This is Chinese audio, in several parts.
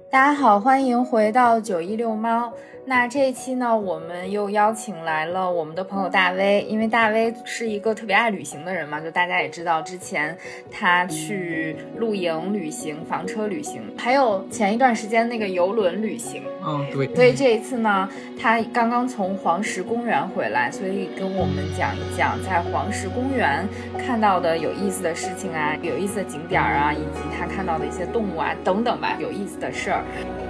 大家好，欢迎回到916猫。那这一期呢，我们又邀请来了我们的朋友大威，因为大威是一个特别爱旅行的人嘛，就大家也知道，之前他去露营旅行、房车旅行，还有前一段时间那个游轮旅行。 对。 所以这一次呢，他刚刚从黄石公园回来，所以跟我们讲一讲在黄石公园看到的有意思的事情啊，有意思的景点啊，以及他看到的一些动物啊等等吧，有意思的事儿。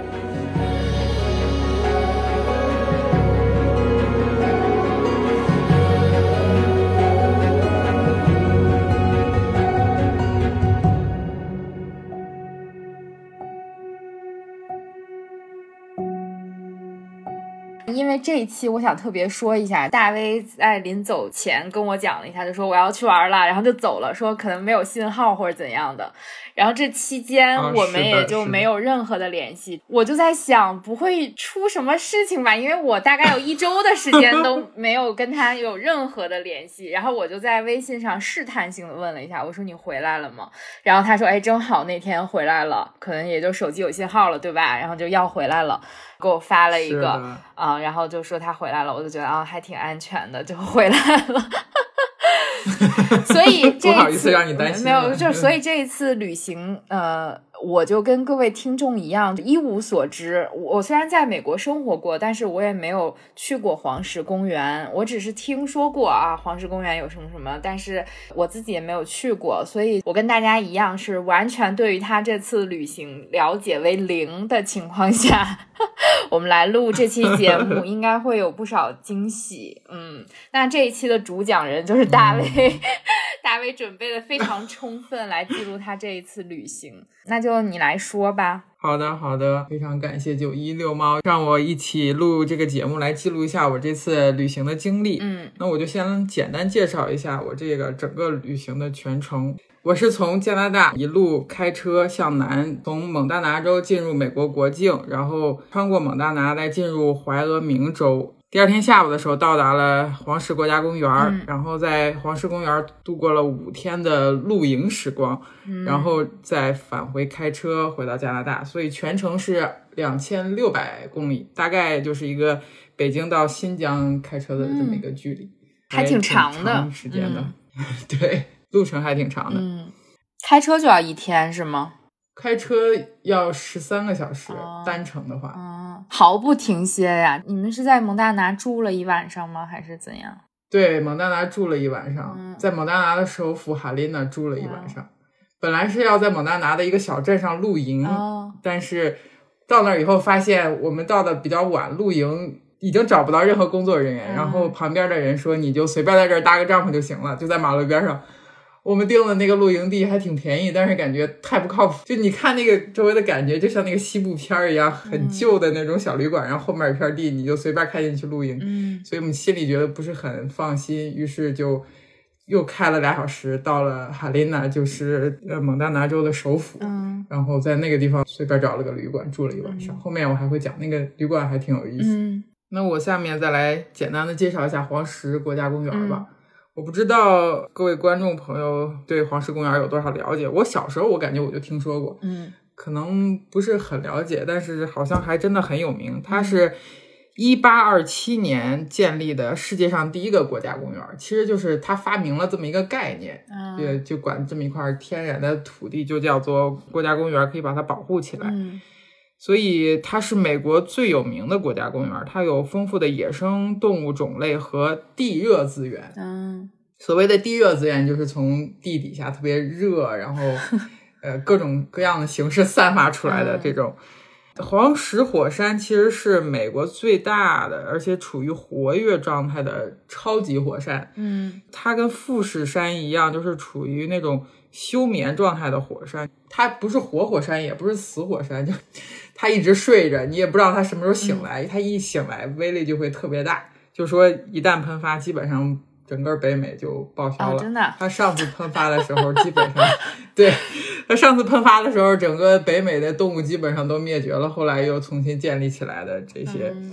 因为这一期我想特别说一下，大威在临走前跟我讲了一下，就说我要去玩了，然后就走了，说可能没有信号或者怎样的。然后这期间我们也就没有任何的联系，我就在想不会出什么事情吧，因为我大概有1周的时间都没有跟他有任何的联系。然后我就在微信上试探性的问了一下，我说你回来了吗？然后他说正好那天回来了，可能也就手机有信号了对吧，然后就要回来了，给我发了一个然后就说他回来了，我就觉得还挺安全的，就回来了。所以这一次不好意思让你担心， 没有，就所以这一次旅行我就跟各位听众一样一无所知。我虽然在美国生活过，但是我也没有去过黄石公园，我只是听说过黄石公园有什么什么，但是我自己也没有去过，所以我跟大家一样是完全对于他这次旅行了解为0的情况下我们来录这期节目应该会有不少惊喜。那这一期的主讲人就是大威大威准备的非常充分来记录他这一次旅行，那就你来说吧。 好的，非常感谢916猫让我一起录这个节目来记录一下我这次旅行的经历。那我就先简单介绍一下我这个整个旅行的全程。我是从加拿大一路开车向南，从蒙大拿州进入美国国境，然后穿过蒙大拿来进入怀俄明州。第二天下午的时候到达了黄石国家公园，然后在黄石公园度过了5天的露营时光，然后再返回开车回到加拿大，所以全程是2600公里，大概就是一个北京到新疆开车的这么一个距离， 还挺长的时间的。对，路程还挺长的。 开车就要1天是吗？ 开车要13个小时，单程的话。 毫不停歇呀。你们是在蒙大拿住了1晚上吗？还是怎样？ 对，蒙大拿住了1晚上，在蒙大拿的首府哈林那住了1晚上。本来是要在蒙大拿的一个小镇上露营，但是到那以后发现我们到的比较晚，露营已经找不到任何工作人员，然后旁边的人说你就随便在这儿搭个帐篷就行了，就在马路边上。我们订的那个露营地还挺便宜，但是感觉太不靠谱，就你看那个周围的感觉就像那个西部片一样，很旧的那种小旅馆，然后后面一片地你就随便开进去露营。所以我们心里觉得不是很放心，于是就又开了2小时到了哈林纳，就是蒙大拿州的首府。然后在那个地方随便找了个旅馆住了1晚上。后面我还会讲那个旅馆还挺有意思。那我下面再来简单的介绍一下黄石国家公园吧。我不知道各位观众朋友对黄石公园有多少了解，我小时候我感觉我就听说过，可能不是很了解，但是好像还真的很有名。它是1827年建立的世界上第1个国家公园，其实就是他发明了这么一个概念，就管这么一块天然的土地就叫做国家公园，可以把它保护起来。所以它是美国最有名的国家公园，它有丰富的野生动物种类和地热资源。所谓的地热资源就是从地底下特别热，然后各种各样的形式散发出来的这种。黄石火山其实是美国最大的而且处于活跃状态的超级火山。它跟富士山一样，就是处于那种休眠状态的火山，它不是活火山也不是死火山，就它一直睡着，你也不知道它什么时候醒来。它一醒来威力就会特别大，就说一旦喷发基本上整个北美就报销了。 真的？ 它上次喷发的时候基本上对，它上次喷发的时候整个北美的动物基本上都灭绝了，后来又重新建立起来的这些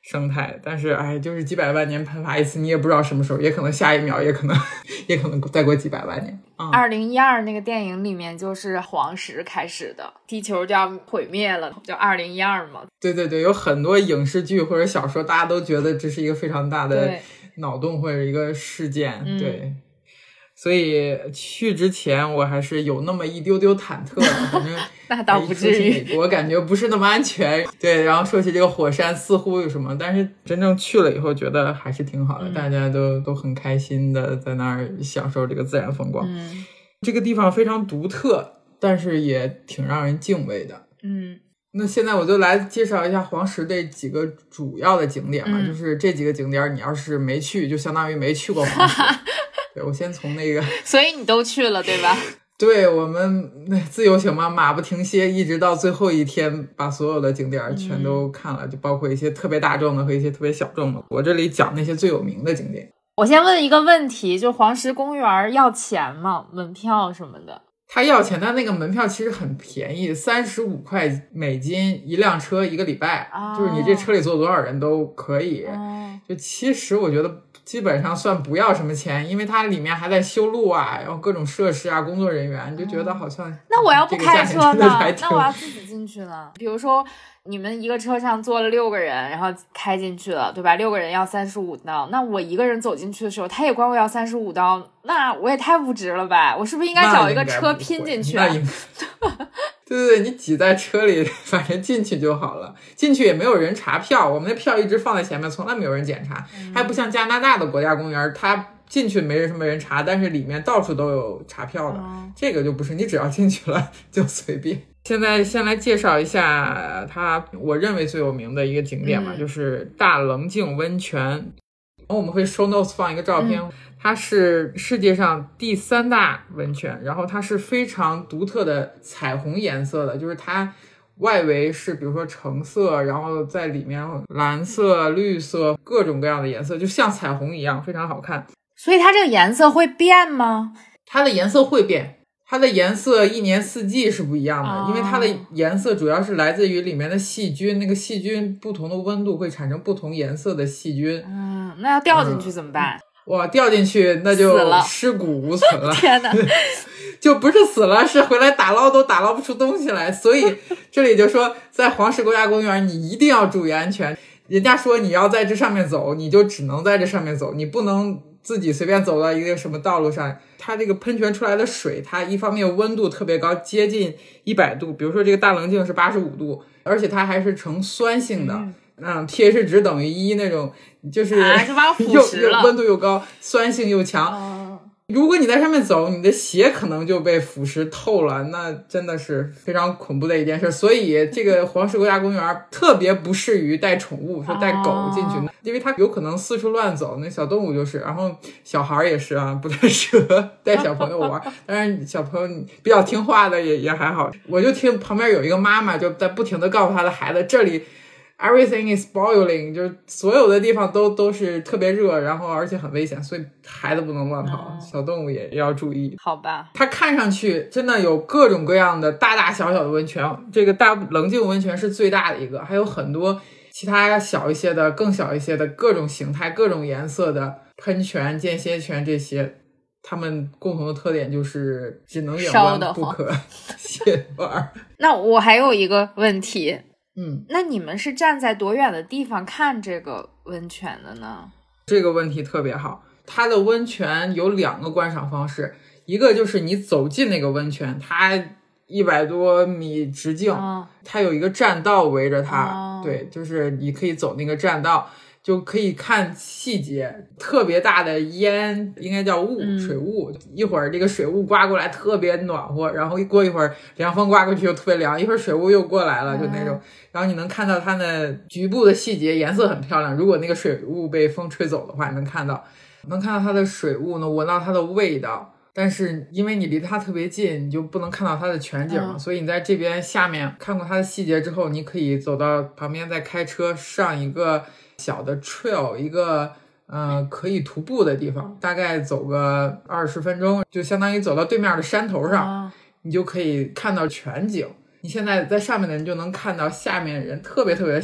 生态，但是就是几百万年喷发一次，你也不知道什么时候，也可能下一秒，也可能再过几百万年。 2012那个电影里面就是黄石开始的，地球就要毁灭了，叫2012嘛。 对对对，有很多影视剧或者小说，大家都觉得这是一个非常大的脑洞或者一个事件，对。所以去之前我还是有那么一丢丢忐忑的，反正那倒不至于。 美国感觉不是那么安全，对。然后说起这个火山似乎有什么，但是真正去了以后觉得还是挺好的，大家都很开心的在那儿享受这个自然风光。这个地方非常独特，但是也挺让人敬畏的。那现在我就来介绍一下黄石这几个主要的景点吧，就是这几个景点你要是没去，就相当于没去过黄石。对，我先从那个， 所以你都去了对吧？ 对，我们自由行嘛，马不停歇，一直到最后一天把所有的景点全都看了，就包括一些特别大众的和一些特别小众的。我这里讲那些最有名的景点。 我先问一个问题，就黄石公园要钱吗？门票什么的？ 它要钱，但那个门票其实很便宜，35块美金一辆车一个礼拜，就是你这车里坐多少人都可以。就其实我觉得基本上算不要什么钱，因为它里面还在修路啊，然后各种设施啊，工作人员，就觉得好像那我要不开车呢？那我要自己进去呢？比如说你们一个车上坐了6个人，然后开进去了，对吧？6个人要35刀，那我一个人走进去的时候，他也管我要35刀，那我也太不值了吧？我是不是应该找一个车拼进去？ 对对对，你挤在车里，反正进去就好了。进去也没有人查票，我们的票一直放在前面，从来没有人检查。还不像加拿大的国家公园，它进去没什么人查，但是里面到处都有查票的。这个就不是，你只要进去了就随便。现在先来介绍一下我认为最有名的一个景点吧，就是大棱镜温泉。我们会 show notes 放一个照片，它是世界上第3大温泉，然后它是非常独特的彩虹颜色的，就是它外围是比如说橙色，然后在里面蓝色、绿色，各种各样的颜色，就像彩虹一样，非常好看。 所以它这个颜色会变吗？ 它的颜色会变，它的颜色一年四季是不一样的，因为它的颜色主要是来自于里面的细菌，那个细菌不同的温度会产生不同颜色的细菌。 那要掉进去怎么办？ 哇，掉进去那就尸骨无存了。 天哪！ 就不是死了，是回来打捞都打捞不出东西来。所以这里就说，在黄石国家公园你一定要注意安全。人家说你要在这上面走，你就只能在这上面走，你不能自己随便走到一个什么道路上。它这个喷泉出来的水，它一方面温度特别高，接近100度，比如说这个大棱镜是85度，而且它还是呈酸性的。pH 值等于1那种，就是就把我腐蚀了， 温度又高，酸性又强。如果你在上面走，你的鞋可能就被腐蚀透了，那真的是非常恐怖的一件事。所以这个黄石国家公园特别不适于带宠物，说带狗进去，因为它有可能四处乱走，那小动物就是，然后小孩也是不太适合带小朋友玩。当然小朋友比较听话的也还好。我就听旁边有一个妈妈就在不停的告诉她的孩子，这里Everything is boiling， 就是所有的地方都是特别热，然后而且很危险，所以孩子不能乱跑，小动物也要注意。 好吧， 它看上去真的有各种各样的大大小小的温泉，这个大棱镜温泉是最大的一个，还有很多其他小一些的、更小一些的各种形态、各种颜色的喷泉、间歇泉，这些它们共同的特点就是只能远观不可亵玩。 那我还有一个问题。那你们是站在多远的地方看这个温泉的呢？ 这个问题特别好。它的温泉有2个观赏方式，一个就是你走进那个温泉，它100多米直径，它有一个栈道围着它，对，就是你可以走那个栈道，就可以看细节，特别大的烟，应该叫雾，水雾，一会儿这个水雾刮过来特别暖和，然后过一会儿凉风刮过去又特别凉，一会儿水雾又过来了，就那种，然后你能看到它的局部的细节，颜色很漂亮。如果那个水雾被风吹走的话，你能看到它的水雾，能闻到它的味道。但是因为你离它特别近，你就不能看到它的全景了，所以你在这边下面看过它的细节之后，你可以走到旁边再开车上一个小的 trail， 一个可以徒步的地方，大概走个20分钟，就相当于走到对面的山头上，你就可以看到全景。你现在在上面的人就能看到下面人特别特别小，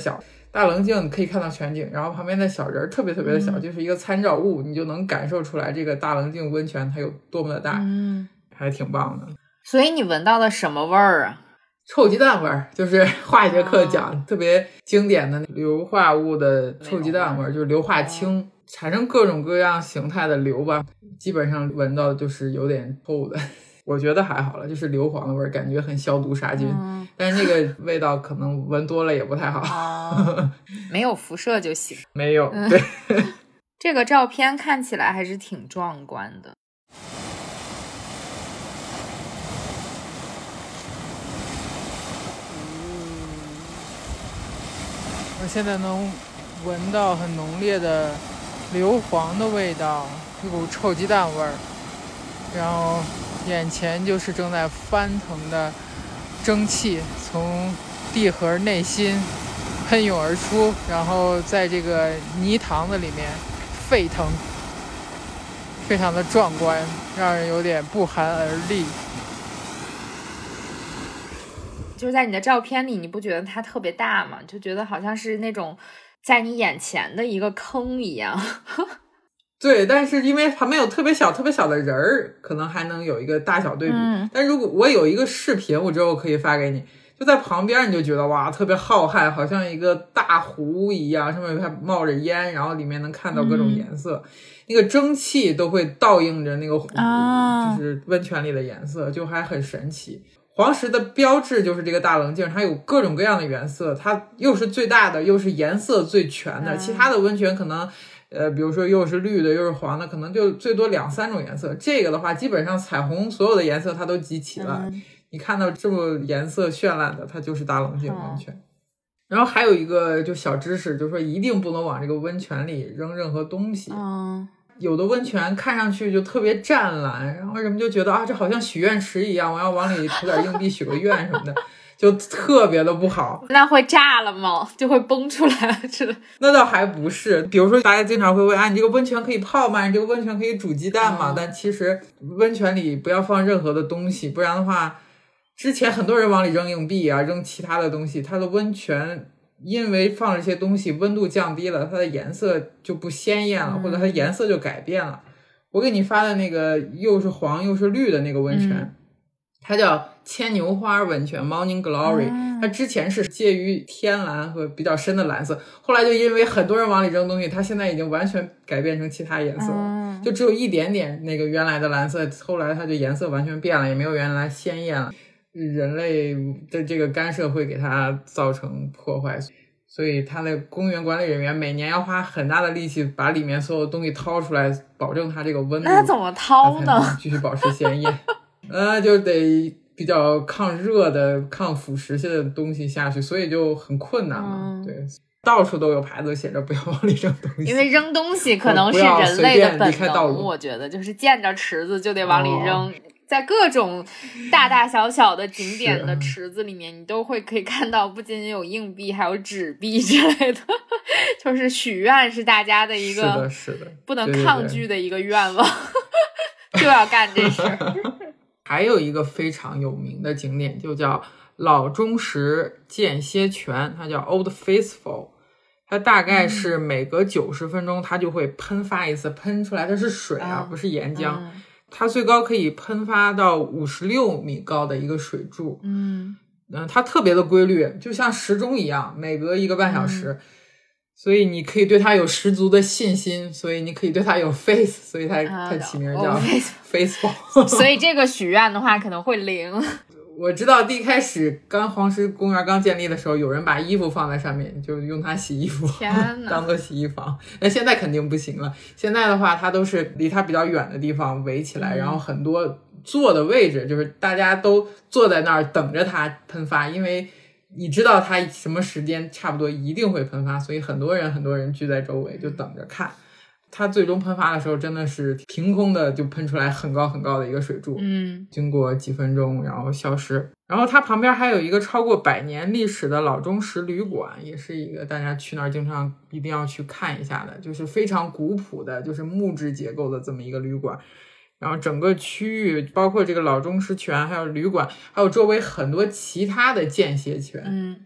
大棱镜可以看到全景，然后旁边的小人特别特别的小，就是一个参照物，你就能感受出来这个大棱镜温泉它有多么的大，还挺棒的。 所以你闻到的什么味儿啊？ 臭鸡蛋味儿，就是化学课讲特别经典的硫化物的臭鸡蛋味儿，就是硫化氢产生各种各样形态的硫吧，基本上闻到的就是有点臭的。我觉得还好了，就是硫磺的味儿，感觉很消毒杀菌，但是那个味道可能闻多了也不太好。 没有辐射就行。 没有，对。 这个照片看起来还是挺壮观的。 我现在能闻到很浓烈的硫磺的味道，一股臭鸡蛋味儿，然后眼前就是正在翻腾的蒸汽从地核内心喷涌而出，然后在这个泥塘子里面沸腾，非常的壮观，让人有点不寒而栗。 就是在你的照片里，你不觉得它特别大吗？就觉得好像是那种在你眼前的一个坑一样。 对，但是因为旁边有特别小特别小的人儿，可能还能有一个大小对比。但如果我有一个视频，我之后可以发给你，就在旁边你就觉得哇，特别浩瀚，好像一个大湖一样，上面还冒着烟，然后里面能看到各种颜色。那个蒸汽都会倒映着那个湖，就是温泉里的颜色，就还很神奇。黄石的标志就是这个大棱镜，它有各种各样的原色，它又是最大的，又是颜色最全的。其他的温泉可能比如说又是绿的又是黄的，可能就最多2-3种颜色。这个的话基本上彩虹所有的颜色它都集齐了。你看到这么颜色绚烂的，它就是大棱镜温泉。然后还有一个就小知识，就是说一定不能往这个温泉里扔任何东西。有的温泉看上去就特别湛蓝，然后人们就觉得啊，这好像许愿池一样，我要往里投点硬币许个愿什么的，就特别的不好。 那会炸了吗？就会崩出来是的？ 那倒还不是。比如说大家经常会问啊，你这个温泉可以泡吗？你这个温泉可以煮鸡蛋吗？但其实温泉里不要放任何的东西，不然的话，之前很多人往里扔硬币啊，扔其他的东西，它的温泉因为放这些东西温度降低了，它的颜色就不鲜艳了，或者它颜色就改变了。我给你发的那个又是黄又是绿的那个温泉，它叫牵牛花温泉 Morning Glory，它之前是介于天蓝和比较深的蓝色，后来就因为很多人往里扔东西，它现在已经完全改变成其他颜色了，就只有一点点那个原来的蓝色，后来它就颜色完全变了，也没有原来鲜艳了。人类的这个干涉会给它造成破坏，所以它的公园管理人员每年要花很大的力气把里面所有东西掏出来，保证它这个温度。 那怎么掏呢？ 继续保持鲜艳。就得比较抗热的、抗腐蚀性的东西下去，所以就很困难嘛。对，到处都有牌子写着不要往里扔东西， 因为扔东西可能是人类的本能。我觉得就是见着池子就得往里扔。在各种大大小小的景点的池子里面，你都可以看到，不仅仅有硬币，还有纸币之类的。就是许愿是大家的一个不能抗拒的一个愿望，就要干这事儿。 还有一个非常有名的景点就叫老钟石间歇泉，它叫 Old Faithful。它大概是每隔90分钟它就会喷发一次，喷出来的是水啊，不是岩浆。它最高可以喷发到56米高的一个水柱。它特别的规律，就像时钟一样，每隔1个半小时。所以你可以对它有十足的信心，所以你可以对它有 faith， 所以它起名叫 Faithful。 所以这个许愿的话可能会灵。 我知道一开始黄石公园刚建立的时候，有人把衣服放在上面，就用它洗衣服，当做洗衣房。那现在肯定不行了，现在的话它都是离它比较远的地方围起来，然后很多坐的位置就是大家都坐在那儿等着它喷发，因为你知道它什么时间差不多一定会喷发，所以很多人聚在周围就等着看。它最终喷发的时候真的是凭空的就喷出来很高很高的一个水柱，经过几分钟然后消失。然后它旁边还有一个超过100年历史的老钟石旅馆，也是一个大家去那儿经常一定要去看一下的，就是非常古朴的，就是木质结构的这么一个旅馆。然后整个区域包括这个老钟石泉，还有旅馆，还有周围很多其他的间歇泉，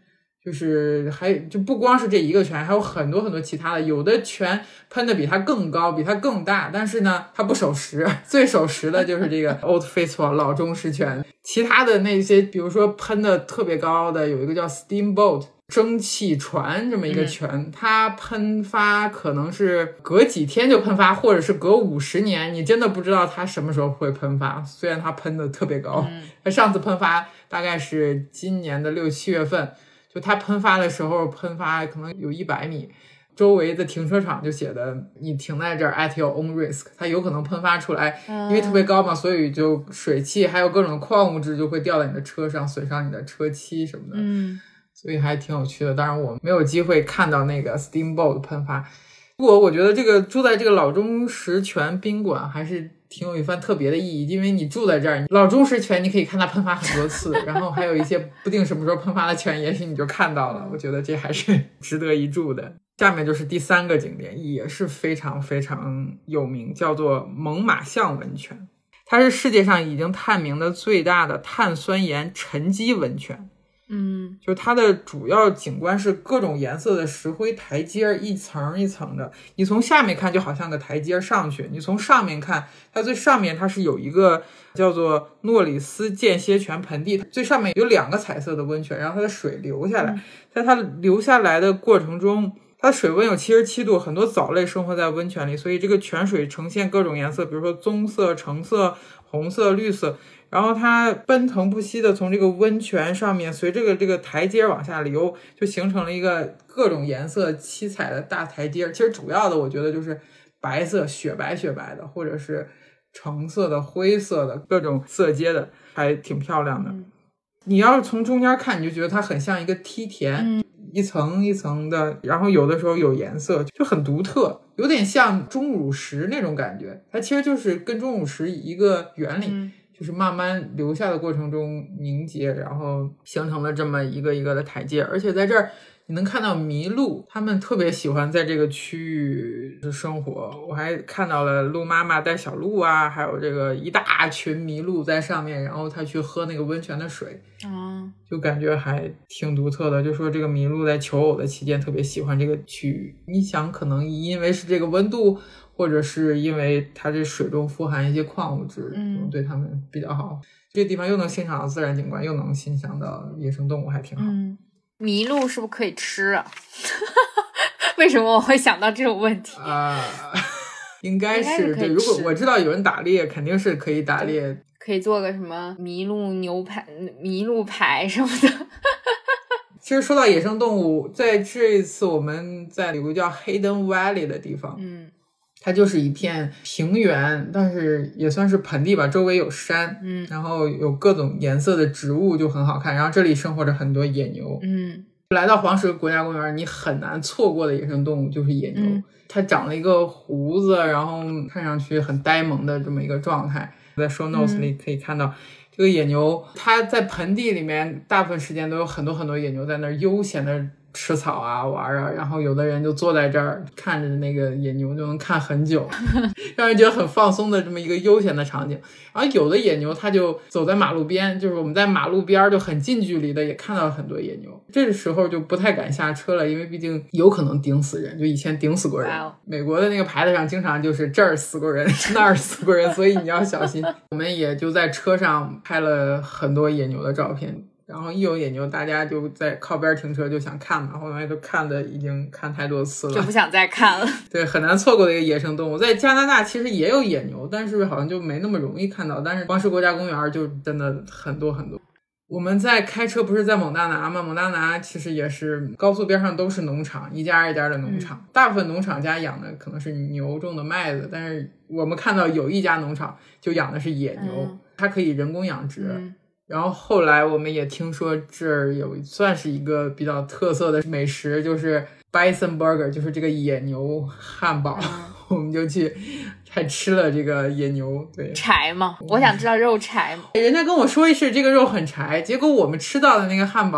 就是就不光是这一个泉，还有很多很多其他的，有的泉喷的比它更高，比它更大，但是呢它不守时，最守时的就是这个 Old Faithful 老钟石泉。其他的那些比如说喷的特别高的有一个叫 Steamboat 蒸汽船这么一个泉，它喷发可能是隔几天就喷发，或者是隔50年，你真的不知道它什么时候会喷发，虽然它喷的特别高。它上次喷发大概是今年的6、7月份，就它喷发的时候喷发可能有100米，周围的停车场就写的你停在这儿 at your own risk， 它有可能喷发出来，因为特别高嘛，所以就水汽还有各种矿物质就会掉在你的车上，损伤你的车漆什么的。所以还挺有趣的。当然我没有机会看到那个 Steamboat 喷发。不过我觉得这个住在这个老钟石泉宾馆还是挺有一番特别的意义，因为你住在这儿，老钟石泉你可以看它喷发很多次，然后还有一些不定什么时候喷发的泉也许你就看到了，我觉得这还是值得一住的。下面就是第3个景点，也是非常非常有名，叫做猛犸象温泉。它是世界上已经探明的最大的碳酸盐沉积温泉。就它的主要景观是各种颜色的石灰台阶，一层一层的，你从下面看就好像个台阶上去，你从上面看，它最上面它是有一个叫做诺里斯间歇泉盆地，最上面有2个彩色的温泉，然后它的水流下来，在它流下来的过程中，它的水温有77度，很多藻类生活在温泉里，所以这个泉水呈现各种颜色，比如说棕色、橙色、红色、绿色，然后它奔腾不息的从这个温泉上面随着这个台阶往下流，就形成了一个各种颜色七彩的大台阶。其实主要的我觉得就是白色雪白的，或者是橙色的、灰色的，各种色阶的，还挺漂亮的。你要是从中间看，你就觉得它很像一个梯田，一层一层的，然后有的时候有颜色，就很独特，有点像钟乳石那种感觉。它其实就是跟钟乳石一个原理，就是慢慢流下的过程中凝结，然后形成了这么一个一个的台阶。而且在这儿你能看到麋鹿，他们特别喜欢在这个区域生活。我还看到了鹿妈妈带小鹿啊，还有这个一大群麋鹿在上面，然后它去喝那个温泉的水，就感觉还挺独特的。就说这个麋鹿在求偶的期间特别喜欢这个区域，你想可能因为是这个温度，或者是因为它这水中富含一些矿物质，对它们比较好。这个地方又能欣赏到自然景观，又能欣赏到野生动物，还挺好。 麋鹿是不是可以吃啊？为什么我会想到这种问题？ 应该是对。如果我知道有人打猎，肯定是可以打猎， 可以做个什么麋鹿牛排、麋鹿排什么的。 其实说到野生动物，在这一次我们在有个叫 Hidden Valley 的地方，它就是一片平原，但是也算是盆地吧，周围有山，然后有各种颜色的植物，就很好看。然后这里生活着很多野牛，来到黄石国家公园，你很难错过的野生动物就是野牛。它长了一个胡子，然后看上去很呆萌的这么一个状态。在 show notes 里可以看到，这个野牛它在盆地里面大部分时间都有很多很多野牛在那儿悠闲的吃草啊玩啊，然后有的人就坐在这儿看着那个野牛就能看很久，让人觉得很放松的这么一个悠闲的场景。然后有的野牛它就走在马路边，就是我们在马路边就很近距离的也看到很多野牛，这个时候就不太敢下车了，因为毕竟有可能顶死人，就以前顶死过人。美国的那个牌子上经常就是这儿死过人那儿死过人，所以你要小心。我们也就在车上拍了很多野牛的照片，然后一有野牛大家就在靠边停车就想看嘛，后来都看的已经看太多次了， 就不想再看了。 对，很难错过的一个野生动物。在加拿大其实也有野牛，但是好像就没那么容易看到，但是黄石国家公园就真的很多很多。我们在开车不是在蒙大拿吗？蒙大拿其实也是高速边上都是农场，一家一家的农场，大部分农场家养的可能是牛种的麦子，但是我们看到有一家农场就养的是野牛，它可以人工养殖。然后后来我们也听说这儿有算是一个比较特色的美食，就是 Bison Burger， 就是这个野牛汉堡，我们就去还吃了这个野牛。对， 柴吗？我想知道肉柴吗？ 人家跟我说是这个肉很柴，结果我们吃到的那个汉堡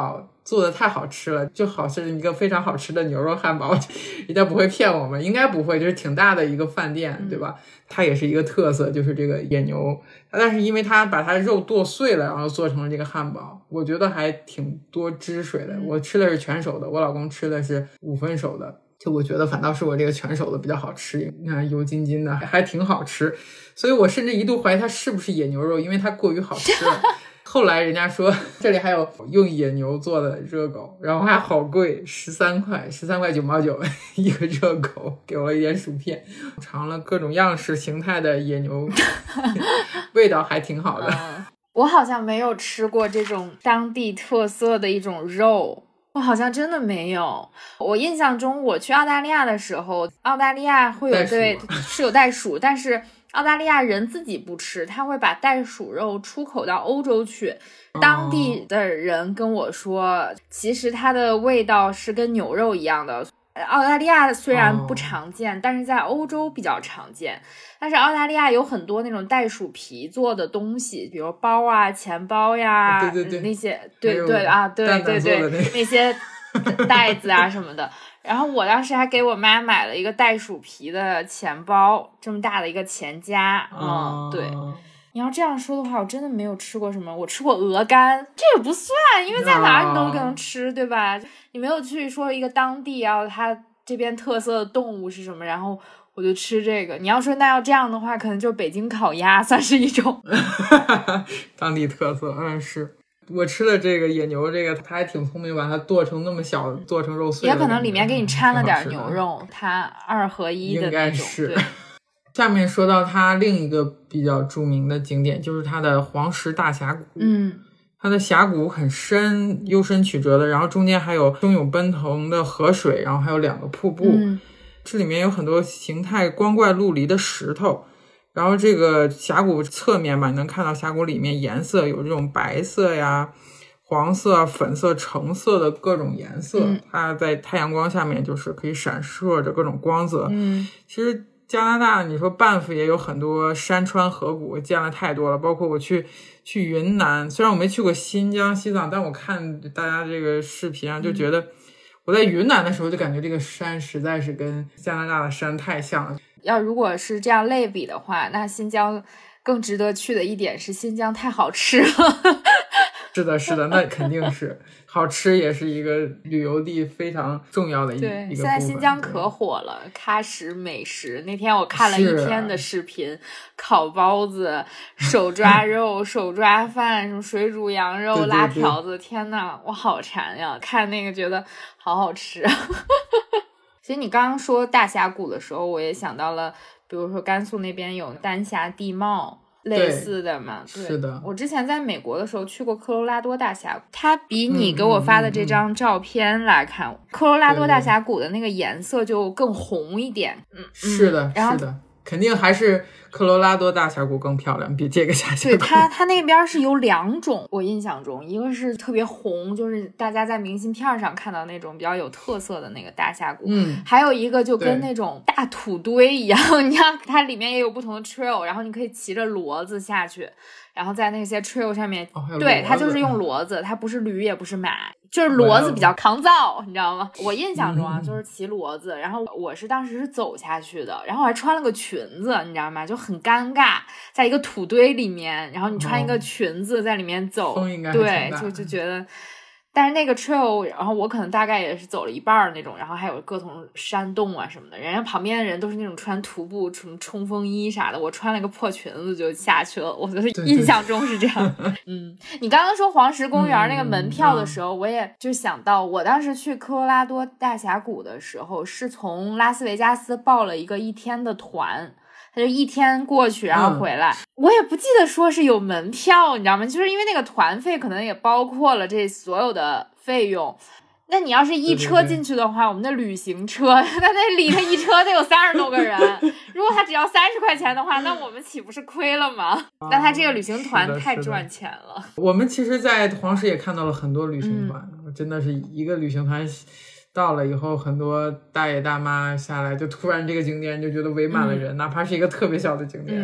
做的太好吃了，就好是一个非常好吃的牛肉汉堡，人家不会骗我们，应该不会，就是挺大的一个饭店，对吧？它也是一个特色，就是这个野牛，但是因为它把它肉剁碎了，然后做成了这个汉堡，我觉得还挺多汁水的。我吃的是全熟的，我老公吃的是5分熟的，就我觉得反倒是我这个全熟的比较好吃，你看油津津的，还挺好吃，所以我甚至一度怀疑它是不是野牛肉，因为它过于好吃了。后来人家说这里还有用野牛做的热狗，然后还好贵，13块9毛9一个热狗，给我一点薯片，尝了各种样式形态的野牛味道还挺好的。 我好像没有吃过这种当地特色的一种肉，我好像真的没有。我印象中我去澳大利亚的时候，澳大利亚会有对是有袋鼠，但是澳大利亚人自己不吃，他会把袋鼠肉出口到欧洲去。当地的人跟我说，其实它的味道是跟牛肉一样的。澳大利亚虽然不常见，但是在欧洲比较常见。但是澳大利亚有很多那种袋鼠皮做的东西，比如包啊、钱包呀， 对那些对啊，对那些袋子啊什么的。然后我当时还给我妈买了一个袋鼠皮的钱包，这么大的一个钱夹。对。你要这样说的话，我真的没有吃过什么。我吃过鹅肝，这也不算，因为在哪儿你都能吃，对吧？你没有去说一个当地啊，它这边特色的动物是什么，然后我就吃这个。你要说那要这样的话，可能就北京烤鸭算是一种当地特色。是我吃的这个野牛，这个它还挺聪明，把它剁成那么小，剁成肉碎， 也可能里面给你掺了点牛肉，它2合1的那种。 应该是。 对。 下面说到它另一个比较著名的景点，就是它的黄石大峡谷。它的峡谷很深，幽深曲折的，然后中间还有汹涌奔腾的河水，然后还有2个瀑布。这里面有很多形态光怪陆离的石头，然后这个峡谷侧面嘛，你能看到峡谷里面颜色有这种白色呀、黄色、粉色、橙色的各种颜色。它在太阳光下面就是可以闪烁着各种光泽。其实加拿大你说班夫也有很多山川河谷，见了太多了，包括我去云南，虽然我没去过新疆西藏，但我看大家这个视频上就觉得，我在云南的时候就感觉这个山实在是跟加拿大的山太像了。 如果是这样类比的话，那新疆更值得去的一点是新疆太好吃了。 是的，那肯定是好吃，也是一个旅游地非常重要的一个部分。 现在新疆可火了，喀什美食。那天我看了1天的视频，烤包子、手抓肉、手抓饭，什么水煮羊肉、拉条子，天哪，我好馋呀！看那个觉得好好吃。其实你刚刚说大峡谷的时候，我也想到了，比如说甘肃那边有丹霞地貌。类似的嘛，对， 是的。 我之前在美国的时候去过科罗拉多大峡谷，它比你给我发的这张照片来看，科罗拉多大峡谷的那个颜色就更红一点。 是的，是的，肯定还是科罗拉多大峡谷更漂亮，比这个大峡谷。 对，它那边是有2种，我印象中，一个是特别红，就是大家在明信片上看到那种比较有特色的那个大峡谷，还有一个就跟那种大土堆一样，你看它里面也有不同的 trail， 然后你可以骑着骡子下去，然后在那些 trail 上面，对，它就是用骡子，它不是驴也不是马，就是骡子比较抗造，你知道吗？我印象中啊，就是骑骡子，然后我是当时是走下去的，然后我还穿了个裙子，你知道吗？就很尴尬，在一个土堆里面，然后你穿一个裙子在里面走，对，就觉得。但是那个 trail， 然后我可能大概也是走了一半那种，然后还有各种山洞啊什么的，人家旁边的人都是那种穿徒步什么冲锋衣啥的，我穿了个破裙子就下去了，我觉得印象中是这样。你刚刚说黄石公园那个门票的时候，我也就想到我当时去科罗拉多大峡谷的时候，是从拉斯维加斯报了一个1天的团，他就1天过去然后回来，我也不记得说是有门票，你知道吗？就是因为那个团费可能也包括了这所有的费用。那你要是一车进去的话，我们的旅行车那里他一车得有30多个人，如果他只要30块钱的话，那我们岂不是亏了吗？但他这个旅行团太赚钱了。 我们其实在黄石也看到了很多旅行团，真的是一个旅行团到了以后，很多大爷大妈下来，就突然这个景点就觉得围满了人，哪怕是一个特别小的景点。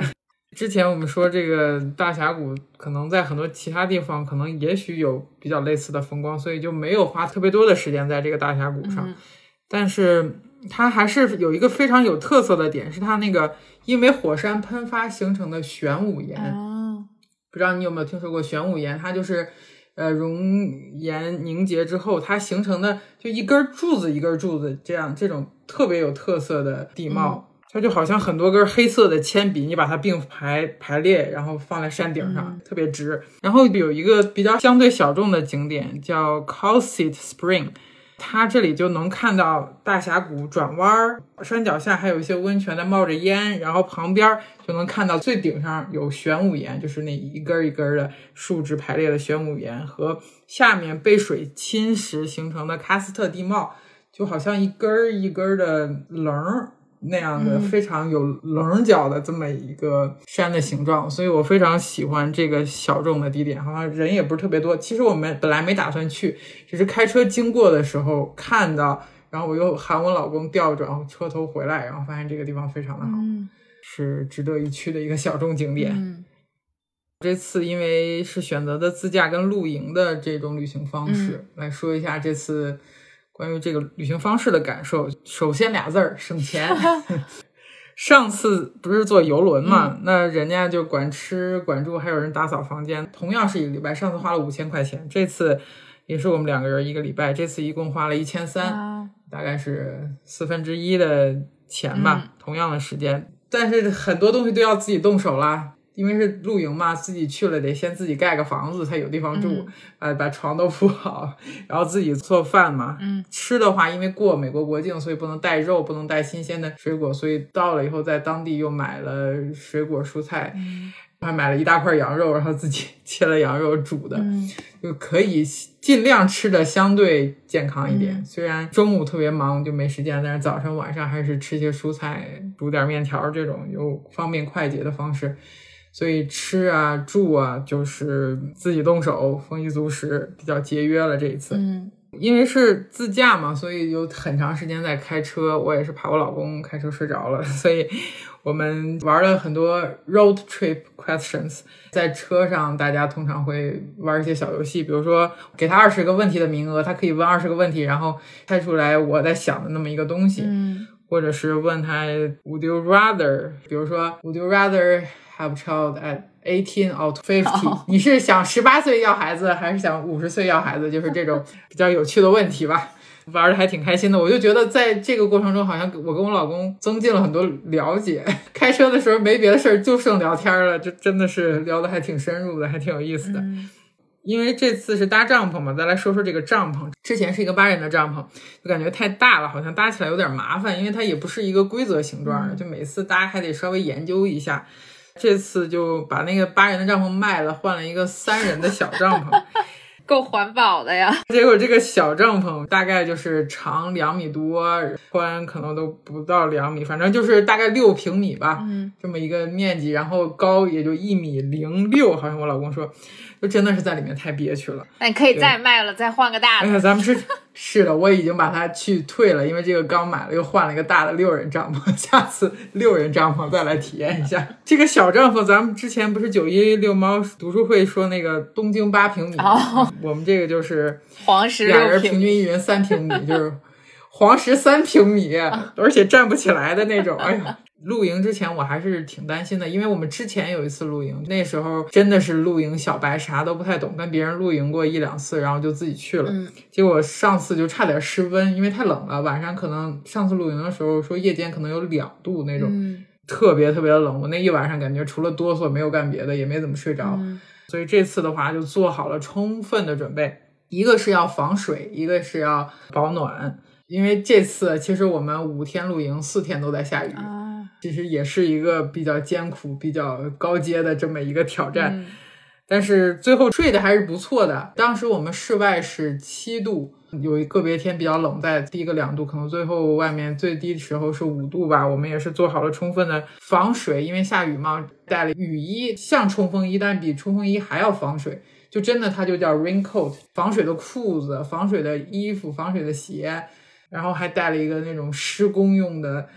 之前我们说这个大峡谷可能在很多其他地方可能也许有比较类似的风光，所以就没有花特别多的时间在这个大峡谷上。但是它还是有一个非常有特色的点，是它那个因为火山喷发形成的玄武岩。不知道你有没有听说过玄武岩？它就是熔岩凝结之后它形成的就一根柱子一根柱子这种特别有特色的地貌。它就好像很多根黑色的铅笔，你把它并排列，然后放在山顶上，特别直。然后有一个比较相对小众的景点叫 Calcite Spring， 它这里就能看到大峡谷转弯，山脚下还有一些温泉在冒着烟，然后旁边就能看到最顶上有玄武岩，就是那一根一根的竖直排列的玄武岩，和下面被水侵蚀形成的喀斯特地貌，就好像一根一根的棱那样的非常有棱角的这么一个山的形状。所以我非常喜欢这个小众的地点，好像人也不是特别多。其实我们本来没打算去，只是开车经过的时候看到，然后我又喊我老公调转车头回来，然后发现这个地方非常的好，是值得一去的一个小众景点。这次因为是选择的自驾跟露营的这种旅行方式，来说一下这次关于这个旅行方式的感受。首先俩字儿，省钱。上次不是坐邮轮嘛，那人家就管吃管住，还有人打扫房间，同样是一个礼拜，上次花了5000块钱，这次也是我们2个人一个礼拜，这次一共花了1300，大概是1/4的钱吧，同样的时间。但是很多东西都要自己动手啦，因为是露营嘛，自己去了得先自己盖个房子才有地方住，把床都铺好，然后自己做饭嘛。吃的话，因为过美国国境，所以不能带肉，不能带新鲜的水果，所以到了以后在当地又买了水果蔬菜，还买了一大块羊肉，然后自己切了羊肉煮的，就可以尽量吃的相对健康一点。虽然中午特别忙就没时间，但是早上晚上还是吃些蔬菜，煮点面条，这种有方便快捷的方式。所以吃啊住啊就是自己动手，丰衣足食，比较节约了这一次。因为是自驾嘛，所以有很长时间在开车，我也是怕我老公开车睡着了，所以我们玩了很多 road trip questions。 在车上大家通常会玩一些小游戏，比如说给他20个问题的名额，他可以问20个问题，然后猜出来我在想的那么一个东西。或者是问他 Would you rather， 比如说 Would you rather have a child at 18 or 50， 你是想18岁要孩子还是想50岁要孩子，就是这种比较有趣的问题吧，玩的还挺开心的。我就觉得在这个过程中好像我跟我老公增进了很多了解，开车的时候没别的事儿就剩聊天了，就真的是聊得还挺深入的，还挺有意思的。因为这次是搭帐篷嘛，再来说说这个帐篷。之前是一个8人的帐篷，就感觉太大了，好像搭起来有点麻烦，因为它也不是一个规则形状的，就每次搭还得稍微研究一下。这次就把那个8人的帐篷卖了，换了一个3人的小帐篷。 够环保的呀。 结果这个小帐篷大概就是长2米多，宽可能都不到2米，反正就是大概6平米吧，这么一个面积，然后高也就1.06米，好像我老公说，就真的是在里面太憋屈了。 那你可以再卖了，再换个大的。 哎呀，咱们是的，我已经把它去退了，因为这个刚买了，又换了一个大的6人帐篷，下次6人帐篷再来体验一下。这个小帐篷，咱们之前不是9·11遛猫读书会说那个东京8平米，我们这个就是黄石俩人平均1人3平米，就是黄石3平米，而且站不起来的那种。哎呀，露营之前我还是挺担心的，因为我们之前有一次露营，那时候真的是露营小白，啥都不太懂，跟别人露营过1-2次，然后就自己去了。结果上次就差点失温，因为太冷了，晚上可能上次露营的时候说夜间可能有2度那种，特别特别冷。我那一晚上感觉除了哆嗦没有干别的，也没怎么睡着。所以这次的话就做好了充分的准备，一个是要防水，一个是要保暖。因为这次其实我们5天露营4天都在下雨，其实也是一个比较艰苦比较高阶的这么一个挑战，但是最后睡的还是不错的。当时我们室外是7度，有个别天比较冷，在低个2度，可能最后外面最低的时候是5度吧。我们也是做好了充分的防水，因为下雨嘛，带了雨衣，像冲锋衣但比冲锋衣还要防水，就真的它就叫 raincoat， 防水的裤子，防水的衣服，防水的鞋，然后还带了一个那种施工用的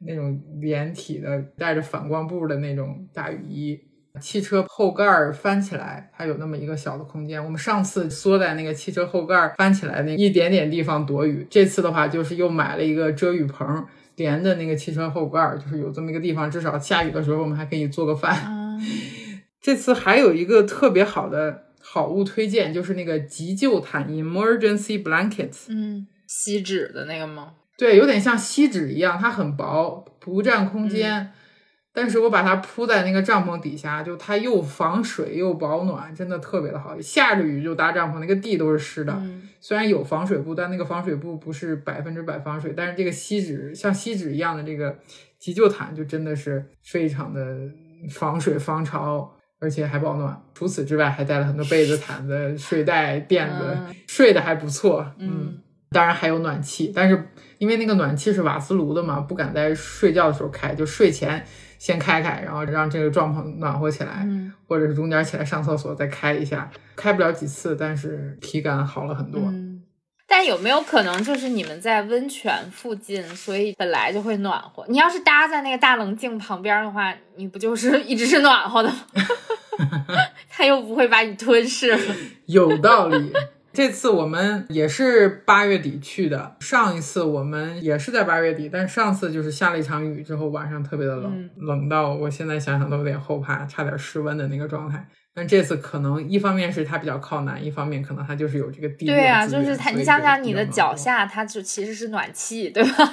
那种连体的带着反光布的那种大雨衣。汽车后盖翻起来，它有那么一个小的空间。我们上次缩在那个汽车后盖翻起来那一点点地方躲雨，这次的话就是又买了一个遮雨棚，连的那个汽车后盖，就是有这么一个地方，至少下雨的时候我们还可以做个饭。这次还有一个特别好的好物推荐，就是那个急救毯 Emergency Blankets。 锡纸的那个吗？ 对，有点像锡纸一样，它很薄，不占空间。但是我把它铺在那个帐篷底下，就它又防水又保暖，真的特别的好。下着雨就搭帐篷，那个地都是湿的。虽然有防水布，但那个防水布不是100%防水，但是这个锡纸像锡纸一样的这个急救毯就真的是非常的防水防潮，而且还保暖。除此之外还带了很多被子毯子睡袋垫子，睡得还不错。当然还有暖气，但是因为那个暖气是瓦斯炉的嘛，不敢在睡觉的时候开，就睡前先开开，然后让这个帐篷暖和起来，或者是中间起来上厕所再开一下，开不了几次，但是体感好了很多。 但有没有可能就是你们在温泉附近，所以本来就会暖和？你要是搭在那个大棱镜旁边的话，你不就是一直是暖和的吗？它又不会把你吞噬了。 有道理。这次我们也是8月底去的，上一次我们也是在8月底，但上次就是下了一场雨之后晚上特别的冷，冷到我现在想想都有点后怕，差点失温的那个状态。但这次可能一方面是它比较靠南，一方面可能它就是有这个地热资源。 对啊，就是它，你想想你的脚下它就其实是暖气，对吧？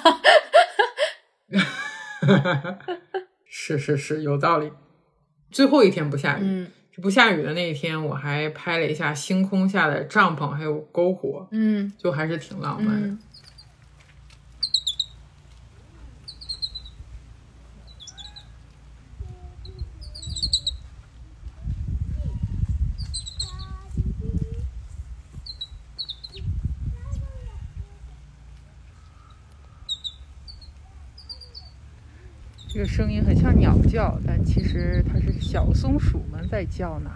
是有道理。最后一天不下雨，不下雨的那一天我还拍了一下星空下的帐篷还有篝火，就还是挺浪漫的。 这个声音很像鸟叫，但其实它是小松鼠们在叫呢。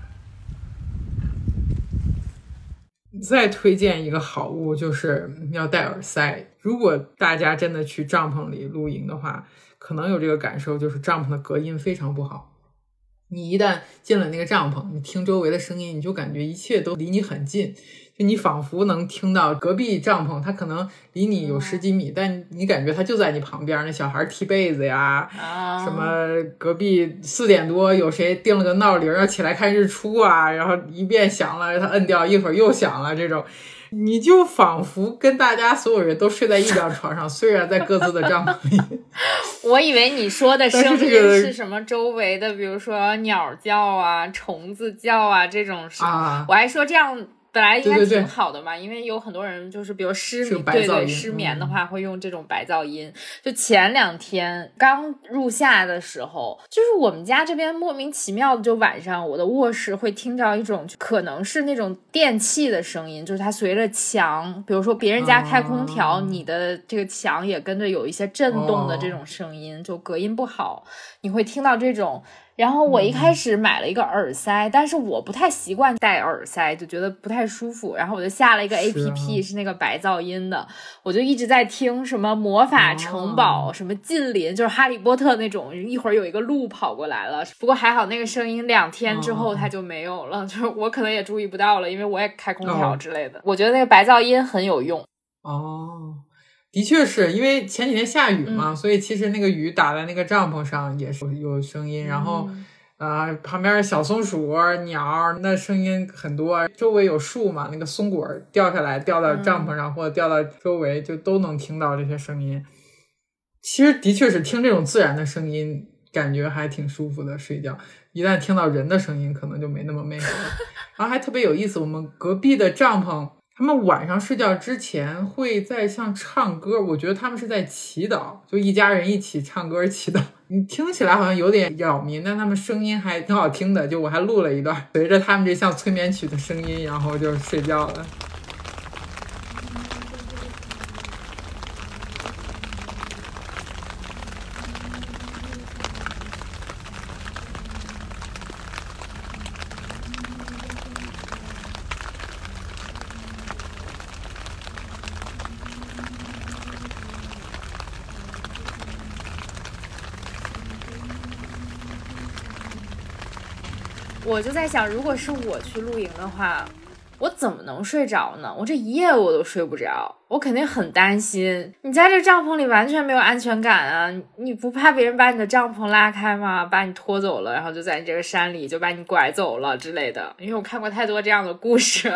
再推荐一个好物，就是要戴耳塞。如果大家真的去帐篷里露营的话，可能有这个感受，就是帐篷的隔音非常不好。你一旦进了那个帐篷，你听周围的声音，你就感觉一切都离你很近，就你仿佛能听到隔壁帐篷，它可能离你有10几米，但你感觉它就在你旁边。那小孩踢被子呀，什么隔壁4点多有谁定了个闹铃要起来看日出啊，然后一遍响了他摁掉，一会儿又响了，这种你就仿佛跟大家所有人都睡在一张床上，虽然在各自的帐篷里。 我以为你说的声音是什么周围的，比如说鸟叫啊、虫子叫啊这种声，我还说这样本来应该挺好的嘛，因为有很多人就是比如失眠的话会用这种白噪音。就前2天刚入夏的时候，就是我们家这边莫名其妙的，就晚上我的卧室会听到一种可能是那种电器的声音，就是它随着墙，比如说别人家开空调，你的这个墙也跟着有一些震动的这种声音，就隔音不好，你会听到这种。然后我一开始买了一个耳塞，但是我不太习惯戴耳塞，就觉得不太舒服。然后我就下了一个 APP， 是那个白噪音的，我就一直在听什么魔法城堡、什么近邻，就是哈利波特那种，一会儿有一个鹿跑过来了。不过还好那个声音2天之后它就没有了，就是我可能也注意不到了，因为我也开空调之类的。我觉得那个白噪音很有用。 的确是因为前几天下雨嘛，所以其实那个雨打在那个帐篷上也是有声音，然后旁边小松鼠鸟那声音很多，周围有树嘛，那个松果掉下来掉到帐篷上或者掉到周围就都能听到这些声音。其实的确是听这种自然的声音感觉还挺舒服的，睡觉一旦听到人的声音可能就没那么美好了。然后还特别有意思，我们隔壁的帐篷他们晚上睡觉之前会在像唱歌，我觉得他们是在祈祷，就一家人一起唱歌祈祷。你听起来好像有点扰民，但他们声音还挺好听的，就我还录了一段，随着他们这像催眠曲的声音，然后就睡觉了。 我就在想，如果是我去露营的话，我怎么能睡着呢？我这一夜我都睡不着，我肯定很担心。你在这帐篷里完全没有安全感啊！你不怕别人把你的帐篷拉开吗？把你拖走了，然后就在你这个山里就把你拐走了之类的。因为我看过太多这样的故事。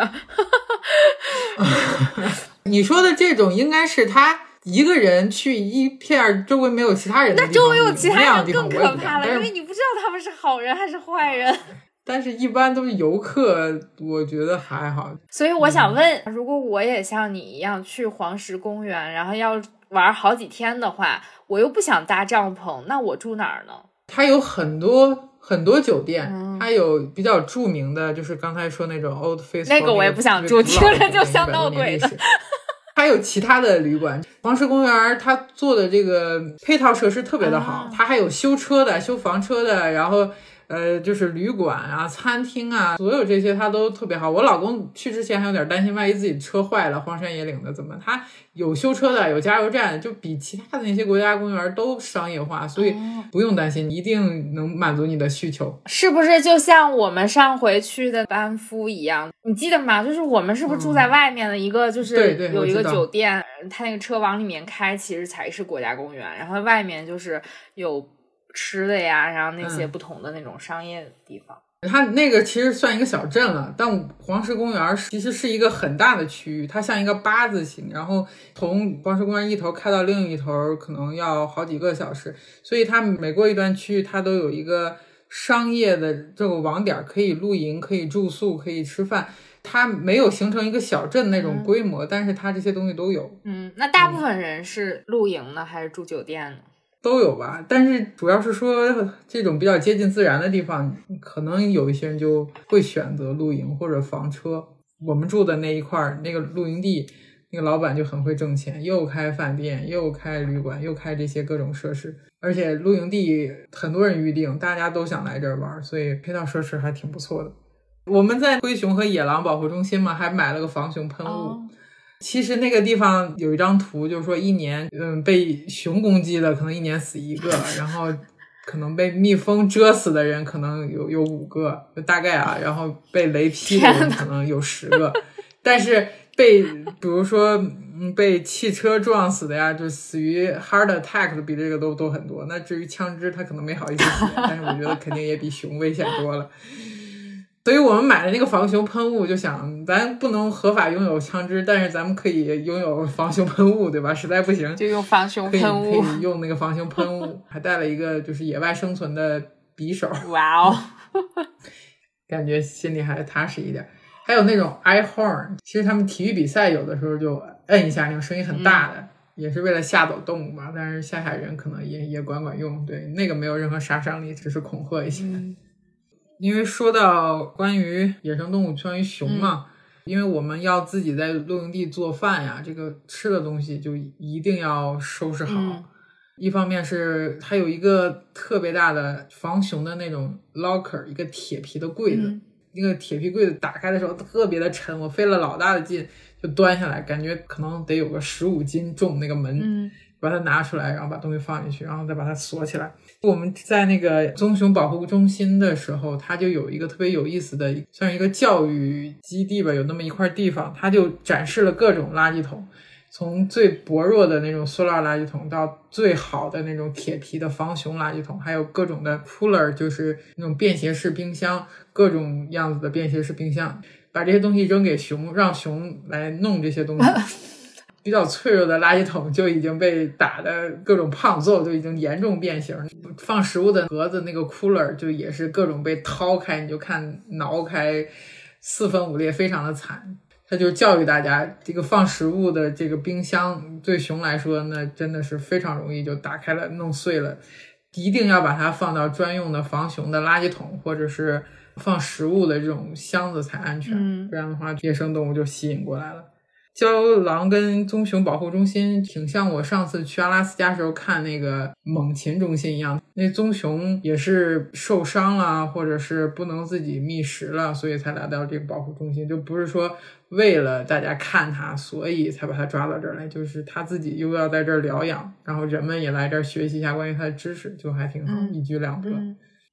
你说的这种应该是他一个人去一片周围没有其他人的地方， 那周围有其他人更可怕了， 因为你不知道他们是好人还是坏人。 但是一般都是游客，我觉得还好。 所以我想问，如果我也像你一样去黄石公园，然后要玩好几天的话，我又不想搭帐篷，那我住哪儿呢？ 它有很多酒店，它有比较著名的，就是刚才说那种 Old Faithful， 那个我也不想住，听着就像闹鬼的。 还有其他的旅馆，黄石公园它做的这个配套设施特别的好，它还有修车的、修房车的，然后就是旅馆啊、餐厅啊，所有这些它都特别好。我老公去之前还有点担心，万一自己车坏了，荒山野岭的怎么？他有修车的，有加油站，就比其他的那些国家公园都商业化，所以不用担心，一定能满足你的需求。 是不是就像我们上回去的班夫一样？你记得吗？就是我们是不是住在外面的一个，就是有一个酒店，他那个车往里面开，其实才是国家公园，然后外面就是有吃的呀，然后那些不同的那种商业地方。 它那个其实算一个小镇了，但黄石公园其实是一个很大的区域，它像一个八字形，然后从黄石公园一头开到另一头可能要好几个小时，所以它每过一段区域它都有一个商业的这个网点，可以露营，可以住宿，可以吃饭。它没有形成一个小镇那种规模，但是它这些东西都有。 那大部分人是露营呢，还是住酒店呢？ 都有吧，但是主要是说这种比较接近自然的地方，可能有一些人就会选择露营或者房车。我们住的那一块那个露营地，那个老板就很会挣钱，又开饭店，又开旅馆，又开这些各种设施，而且露营地很多人预定，大家都想来这儿玩，所以配套设施还挺不错的。我们在灰熊和野狼保护中心嘛，还买了个防熊喷雾。其实那个地方有一张图，就是说一年被熊攻击的可能一年死一个，然后可能被蜜蜂蛰死的人可能有5个，大概啊，然后被雷劈的人可能有10个，但是比如说被汽车撞死的呀，就死于 heart attack 的比这个都很多。那至于枪支，他可能没好意思写，但是我觉得肯定也比熊危险多了。所以我们买的那个防熊喷雾，就想咱不能合法拥有枪支，但是咱们可以拥有防熊喷雾，对吧？实在不行就用防熊喷雾， 可以用那个防熊喷雾，还带了一个就是野外生存的匕首。 哇哦， 感觉心里还踏实一点。还有那种 eye horn， 其实他们体育比赛有的时候就摁一下，那种声音很大的，也是为了吓走动物嘛。但是吓吓人可能也管用，对，那个没有任何杀伤力，只是恐吓一下。因为说到关于野生动物，关于熊嘛，因为我们要自己在露营地做饭呀，这个吃的东西就一定要收拾好。一方面是它有一个特别大的防熊的那种 locker， 一个铁皮的柜子，那个铁皮柜子打开的时候特别的沉，我费了老大的劲就端下来，感觉可能得有个15斤重那个门，把它拿出来，然后把东西放进去，然后再把它锁起来。我们在那个棕熊保护中心的时候，它就有一个特别有意思的，像一个教育基地吧，有那么一块地方，它就展示了各种垃圾桶，从最薄弱的那种塑料垃圾桶到最好的那种铁皮的防熊垃圾桶，还有各种的 cooler， 就是那种便携式冰箱，各种样子的便携式冰箱，把这些东西扔给熊，让熊来弄这些东西。比较脆弱的垃圾桶就已经被打的各种胖揍，就已经严重变形。放食物的盒子那个 cooler 就也是各种被掏开，你就看挠开4分5裂，非常的惨。他就教育大家，这个放食物的这个冰箱对熊来说那真的是非常容易就打开了弄碎了，一定要把它放到专用的防熊的垃圾桶或者是放食物的这种箱子才安全，不然的话野生动物就吸引过来了。郊狼跟棕熊保护中心挺像我上次去阿拉斯加时候看那个猛禽中心一样，那棕熊也是受伤了或者是不能自己觅食了，所以才来到这个保护中心，就不是说为了大家看它所以才把它抓到这儿来，就是它自己又要在这儿疗养，然后人们也来这儿学习一下关于它的知识，就还挺好，一举两得。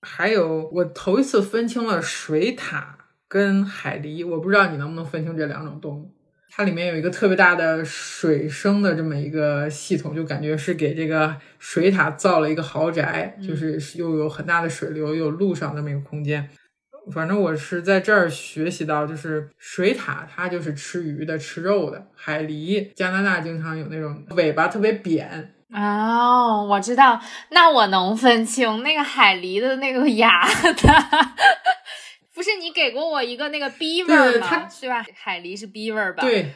还有我头一次分清了水獭跟海狸，我不知道你能不能分清这两种动物。它里面有一个特别大的水生的这么一个系统，就感觉是给这个水獭造了一个豪宅，就是又有很大的水流，又有陆上这么一个空间。反正我是在这儿学习到，就是水獭它就是吃鱼的吃肉的，海狸加拿大经常有那种尾巴特别扁。 哦，我知道，那我能分清那个海狸的那个牙的不是你给过我一个那个 beaver 吗？是吧？海狸是 beaver 吧？ 对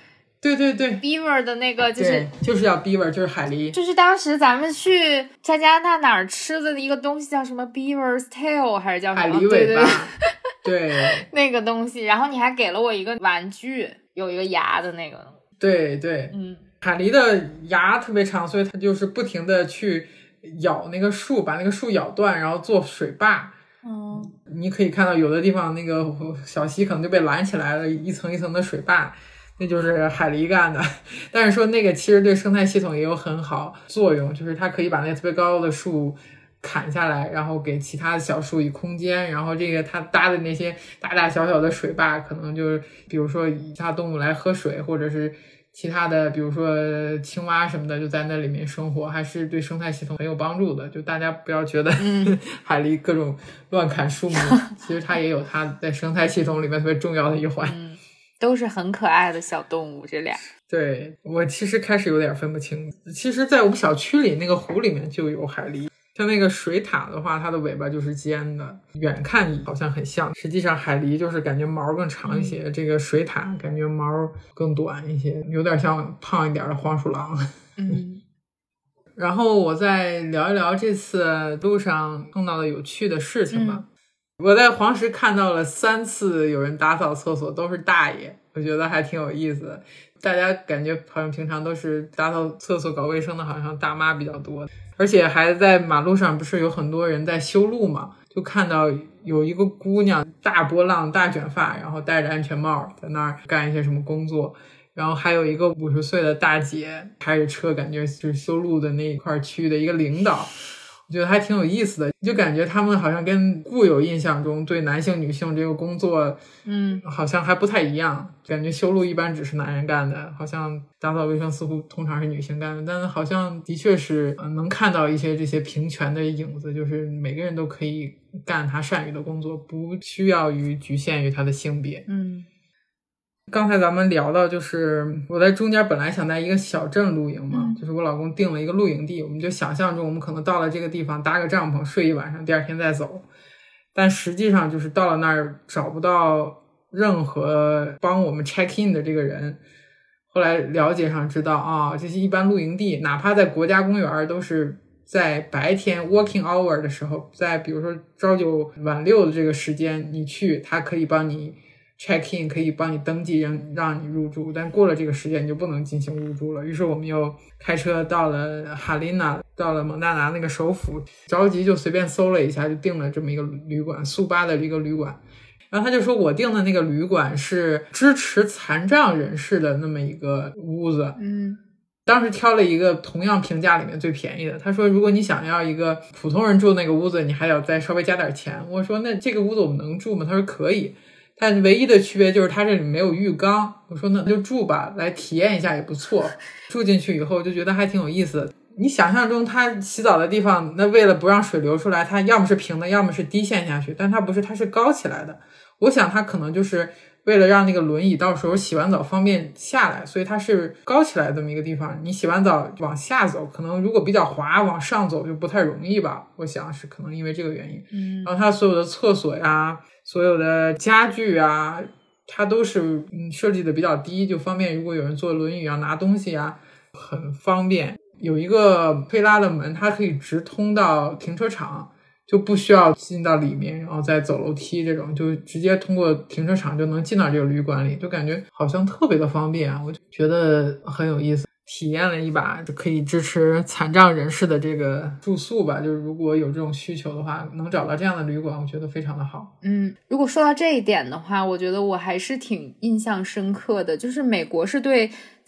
beaver 的那个就是叫 beaver， 就是海狸。 就是当时咱们去加拿大哪儿吃的一个东西叫什么 beaver's tail 还是叫什么海狸尾巴？对那个东西，然后你还给了我一个玩具，有一个牙的那个。 对，海狸的牙特别长，所以它就是不停的去咬那个树，把那个树咬断，然后做水坝。你可以看到有的地方那个小溪可能就被拦起来了，一层一层的水坝，那就是海狸干的。但是说那个其实对生态系统也有很好作用，就是它可以把那特别高的树砍下来，然后给其他的小树以空间，然后这个它搭的那些大大小小的水坝可能就是比如说其他动物来喝水，或者是其他的比如说青蛙什么的就在那里面生活，还是对生态系统很有帮助的。就大家不要觉得海狸各种乱砍树木其实它也有它在生态系统里面特别重要的一环。 都是很可爱的小动物，这俩。 对，我其实开始有点分不清，其实在我们小区里那个湖里面就有海狸。像那个水獭的话，它的尾巴就是尖的，远看好像很像，实际上海狸就是感觉毛更长一些，这个水獭感觉毛更短一些，有点像胖一点的黄鼠狼。然后我再聊一聊这次路上碰到的有趣的事情吧。我在黄石看到了3次有人打扫厕所，都是大爷，我觉得还挺有意思的。大家感觉好像平常都是打扫厕所搞卫生的，好像大妈比较多，而且还在马路上不是有很多人在修路嘛，就看到有一个姑娘大波浪大卷发，然后戴着安全帽在那儿干一些什么工作，然后还有一个50岁的大姐开着车，感觉是修路的那一块区域的一个领导，我觉得还挺有意思的。就感觉他们好像跟固有印象中对男性女性这个工作好像还不太一样，感觉修路一般只是男人干的，好像打扫卫生似乎通常是女性干的，但是好像的确是能看到一些这些平权的影子，就是每个人都可以干他善于的工作，不需要局限于他的性别。刚才咱们聊到，就是我在中间本来想在一个小镇露营嘛，就是我老公订了一个露营地，我们就想象中我们可能到了这个地方搭个帐篷睡一晚上，第二天再走，但实际上就是到了那儿找不到任何帮我们 check in 的这个人。后来了解上知道这些一般露营地哪怕在国家公园都是在白天 working hour 的时候，在比如说朝9晚6的这个时间你去，他可以帮你check in， 可以帮你登记让你入住，但过了这个时间你就不能进行入住了。于是我们又开车到了哈林纳，到了蒙大拿那个首府，着急就随便搜了一下，就订了这么一个旅馆，速八的一个旅馆。然后他就说我订的那个旅馆是支持残障人士的那么一个屋子，当时挑了一个同样评价里面最便宜的。他说如果你想要一个普通人住那个屋子，你还要再稍微加点钱。我说那这个屋子我们能住吗？他说可以，但唯一的区别就是它这里没有浴缸。我说那就住吧，来体验一下也不错。住进去以后就觉得还挺有意思的。你想象中它洗澡的地方，那为了不让水流出来，它要么是平的，要么是低陷下去，但它不是，它是高起来的。我想它可能就是为了让那个轮椅到时候洗完澡方便下来，所以它是高起来的这么一个地方。你洗完澡往下走，可能如果比较滑往上走就不太容易吧，我想是可能因为这个原因。然后它所有的厕所呀，所有的家具啊，它都是设计的比较低，就方便如果有人坐轮椅要拿东西啊，很方便。有一个推拉的门，它可以直通到停车场，就不需要进到里面然后再走楼梯，这种就直接通过停车场就能进到这个旅馆里，就感觉好像特别的方便啊，我就觉得很有意思。体验了一把就可以支持残障人士的这个住宿吧，就是如果有这种需求的话，能找到这样的旅馆，我觉得非常的好。 如果说到这一点的话，我觉得我还是挺印象深刻的，就是美国是对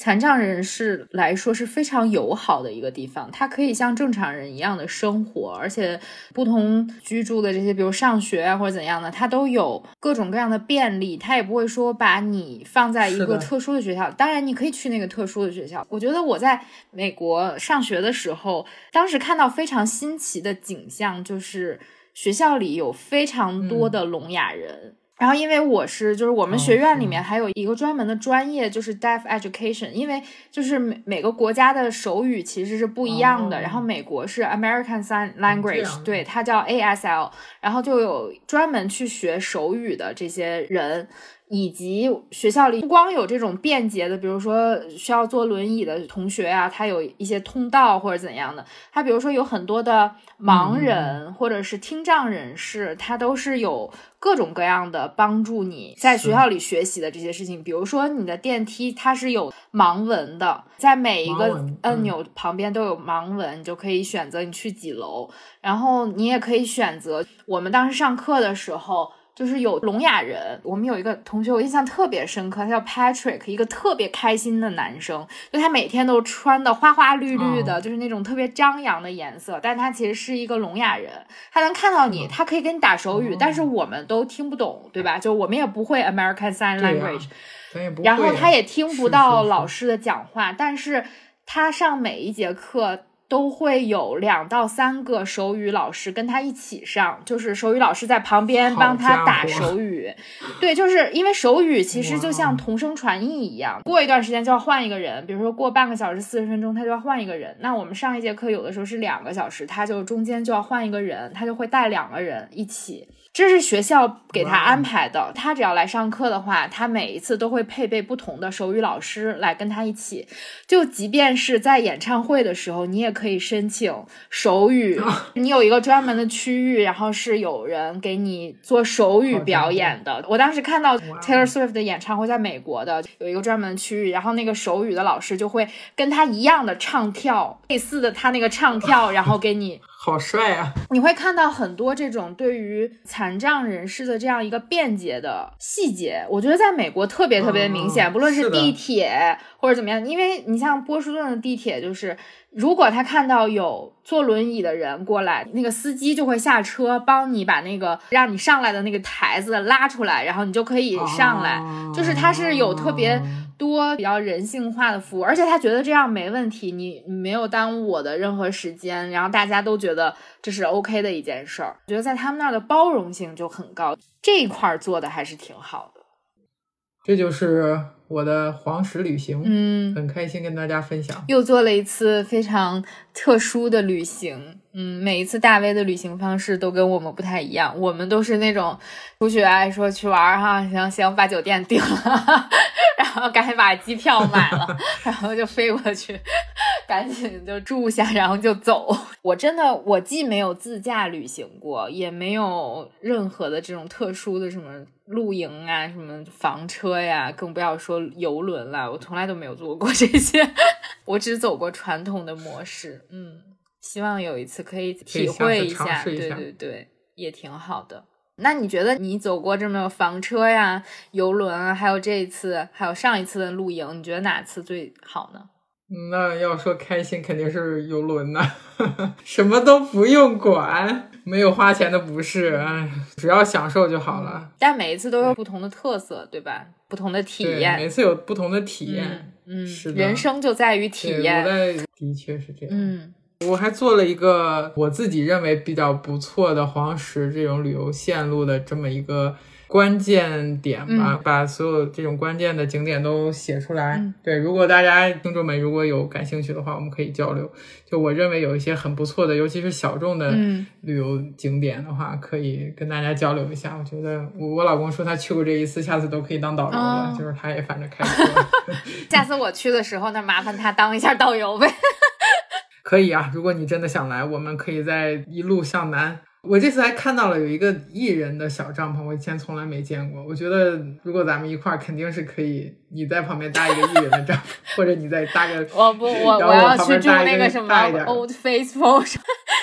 残障人士来说是非常友好的一个地方，它可以像正常人一样的生活，而且不同居住的这些比如上学啊或者怎样的，它都有各种各样的便利，它也不会说把你放在一个特殊的学校，当然你可以去那个特殊的学校。我觉得我在美国上学的时候，当时看到非常新奇的景象，就是学校里有非常多的聋哑人，然后因为就是我们学院里面还有一个专门的专业，就是 deaf education， 因为就是每个国家的手语其实是不一样的，然后美国是 American Sign Language，对，它叫 ASL， 然后就有专门去学手语的这些人，以及学校里不光有这种便捷的，比如说需要坐轮椅的同学啊，他有一些通道或者怎样的，他比如说有很多的盲人或者是听障人士，他都是有各种各样的帮助你在学校里学习的这些事情。比如说你的电梯它是有盲文的，在每一个按钮旁边都有盲文，你就可以选择你去几楼，然后你也可以选择，我们当时上课的时候就是有聋哑人，我们有一个同学我印象特别深刻，他叫 Patrick， 一个特别开心的男生，就他每天都穿的花花绿绿的，就是那种特别张扬的颜色，但他其实是一个聋哑人，他能看到你，他可以跟你打手语，但是我们都听不懂，对吧？就我们也不会 American Sign Language，然后他也听不到老师的讲话，但是他上每一节课都会有2到3个手语老师跟他一起上，就是手语老师在旁边帮他打手语。对，就是因为手语其实就像同声传译一样，过一段时间就要换一个人，比如说过半个小时40分钟他就要换一个人，那我们上一节课有的时候是2个小时，他就中间就要换一个人，他就会带2个人一起，这是学校给他安排的，他只要来上课的话，他每一次都会配备不同的手语老师来跟他一起，就即便是在演唱会的时候你也可以申请手语，你有一个专门的区域，然后是有人给你做手语表演的。我当时看到 Taylor Swift 的演唱会在美国的有一个专门的区域，然后那个手语的老师就会跟他一样的唱跳，类似的他那个唱跳，然后给你好帅啊！ 你会看到很多这种对于残障人士的这样一个便捷的细节，我觉得在美国特别特别明显，不论是地铁或者怎么样，因为你像波士顿的地铁，就是如果他看到有坐轮椅的人过来，那个司机就会下车帮你把那个让你上来的那个台子拉出来，然后你就可以上来，就是他是有特别多比较人性化的服务，而且他觉得这样没问题，你没有耽误我的任何时间，然后大家都觉得这是 OK 的一件事儿，我觉得在他们那儿的包容性就很高，这一块做的还是挺好的。 这就是我的黄石旅行，很开心跟大家分享， 又做了一次非常特殊的旅行。每一次大 V 的旅行方式都跟我们不太一样，我们都是那种出去爱说去玩哈，行把酒店订了然后赶紧把机票买了然后就飞过去赶紧就住下然后就走。我既没有自驾旅行过，也没有任何的这种特殊的什么露营啊，什么房车呀，更不要说游轮了，我从来都没有做过这些我只走过传统的模式。希望有一次可以体会一下，对对对，也挺好的。那你觉得你走过这么房车呀、游轮啊，还有这一次还有上一次的露营，你觉得哪次最好呢？ 那要说开心肯定是游轮呢什么都不用管，没有花钱的不是，只要享受就好了。 但每一次都有不同的特色，对吧？不同的体验， 每次有不同的体验。是的， 人生就在于体验。 的确是这样。我还做了一个我自己认为比较不错的黄石这种旅游线路的这么一个关键点吧，把所有这种关键的景点都写出来。对，如果大家听众们如果有感兴趣的话，我们可以交流。就我认为有一些很不错的，尤其是小众的旅游景点的话，可以跟大家交流一下。我觉得我老公说他去过这一次，下次都可以当导游了，就是他也反正开车下次我去的时候，那麻烦他当一下导游呗可以啊，如果你真的想来，我们可以在一路向南。我这次还看到了有一个艺人的小帐篷，我以前从来没见过。我觉得如果咱们一块儿，肯定是可以，你在旁边搭一个艺人的帐篷或者你再搭个我要去住那个什么 Old Faithful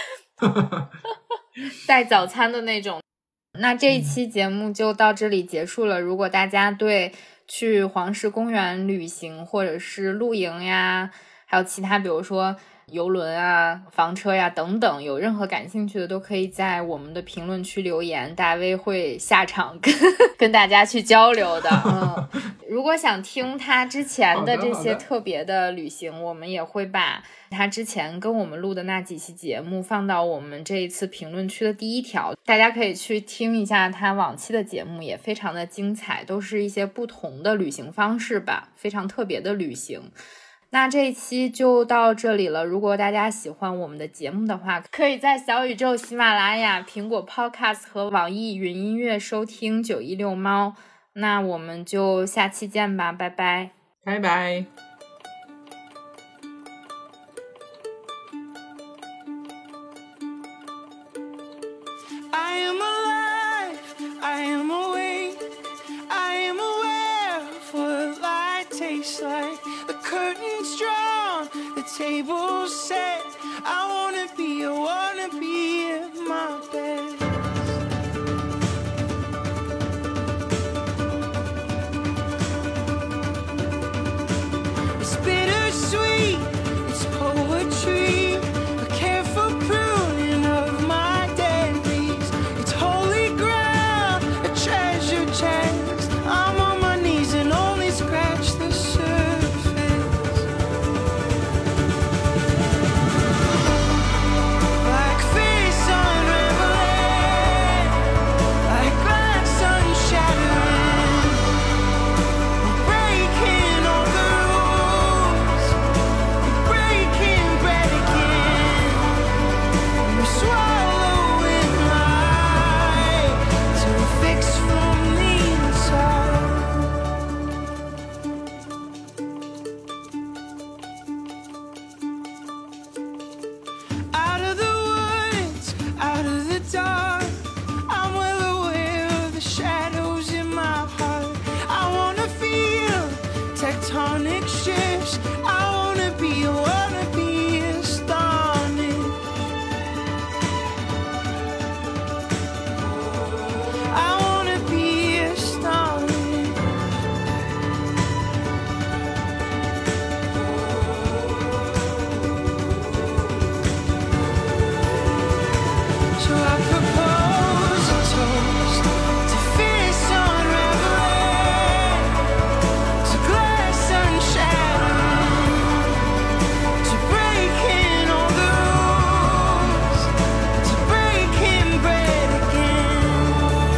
带早餐的那种。那这一期节目就到这里结束了。如果大家对去黄石公园旅行或者是露营呀，还有其他比如说游轮啊、房车呀等等，有任何感兴趣的都可以在我们的评论区留言，大威会下场跟大家去交流的。如果想听他之前的这些特别的旅行，我们也会把他之前跟我们录的那几期节目放到我们这一次评论区的第一条，大家可以去听一下他往期的节目，也非常的精彩，都是一些不同的旅行方式吧，非常特别的旅行。那这一期就到这里了，如果大家喜欢我们的节目的话，可以在小宇宙、喜马拉雅、苹果 Podcast 和网易云音乐收听916猫。那我们就下期见吧，拜拜。 拜拜。 Table set, I wanna be at my best. It's bittersweet, it's poetry, a careful pruning of my dead leaves. It's holy ground, a treasure chest. I'm on my knees and only scratch the surface. Tectonic shifts, I wanna be astonished. I wanna be astonished. So I propose a toast to fish on reverie, to glass and shadow, to breaking all the rules, to breaking bread again.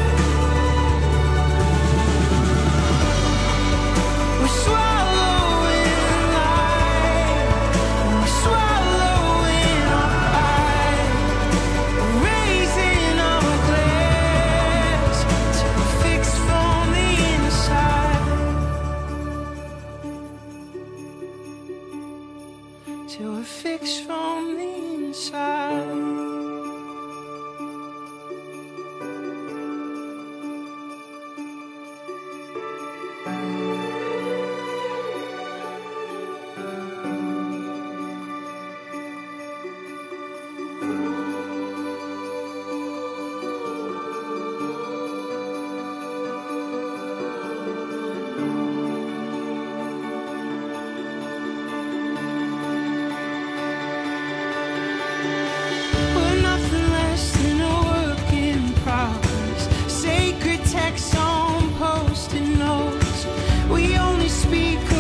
We're swallowing life, we're swallowing our pride, we're raising our glass till we're fixed from the inside, till we're fixed from the inside. We're nothing less than a work in progress, sacred texts on post-it notes. We only speak